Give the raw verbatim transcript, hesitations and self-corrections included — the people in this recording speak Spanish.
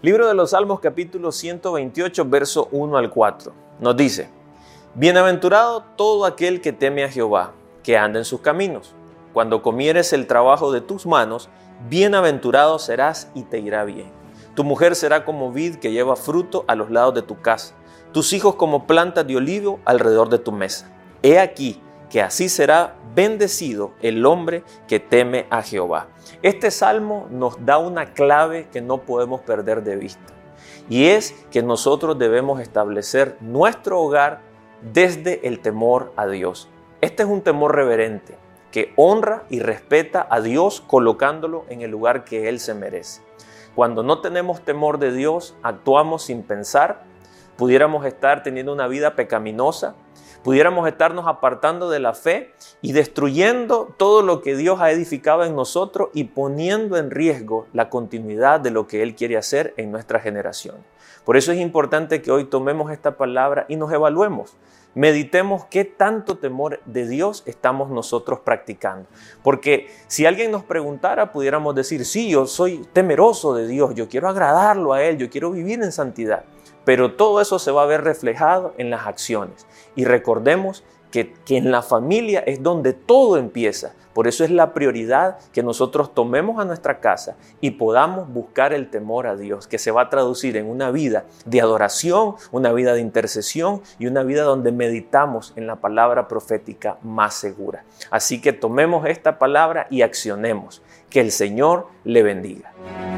Libro de los Salmos, capítulo ciento veintiocho, verso uno al cuatro. Nos dice: Bienaventurado todo aquel que teme a Jehová, que anda en sus caminos. Cuando comieres el trabajo de tus manos, bienaventurado serás y te irá bien. Tu mujer será como vid que lleva fruto a los lados de tu casa, tus hijos como plantas de olivo alrededor de tu mesa. He aquí que así será bendecido el hombre que teme a Jehová. Este salmo nos da una clave que no podemos perder de vista, y es que nosotros debemos establecer nuestro hogar desde el temor a Dios. Este es un temor reverente que honra y respeta a Dios, colocándolo en el lugar que Él se merece. Cuando no tenemos temor de Dios, actuamos sin pensar, pudiéramos estar teniendo una vida pecaminosa, pudiéramos estarnos apartando de la fe y destruyendo todo lo que Dios ha edificado en nosotros y poniendo en riesgo la continuidad de lo que Él quiere hacer en nuestra generación. Por eso es importante que hoy tomemos esta palabra y nos evaluemos. Meditemos qué tanto temor de Dios estamos nosotros practicando. Porque si alguien nos preguntara, pudiéramos decir: sí, yo soy temeroso de Dios, yo quiero agradarlo a Él, yo quiero vivir en santidad. Pero todo eso se va a ver reflejado en las acciones. Y recordemos que, que en la familia es donde todo empieza. Por eso es la prioridad que nosotros tomemos a nuestra casa y podamos buscar el temor a Dios, que se va a traducir en una vida de adoración, una vida de intercesión y una vida donde meditamos en la palabra profética más segura. Así que tomemos esta palabra y accionemos. Que el Señor le bendiga.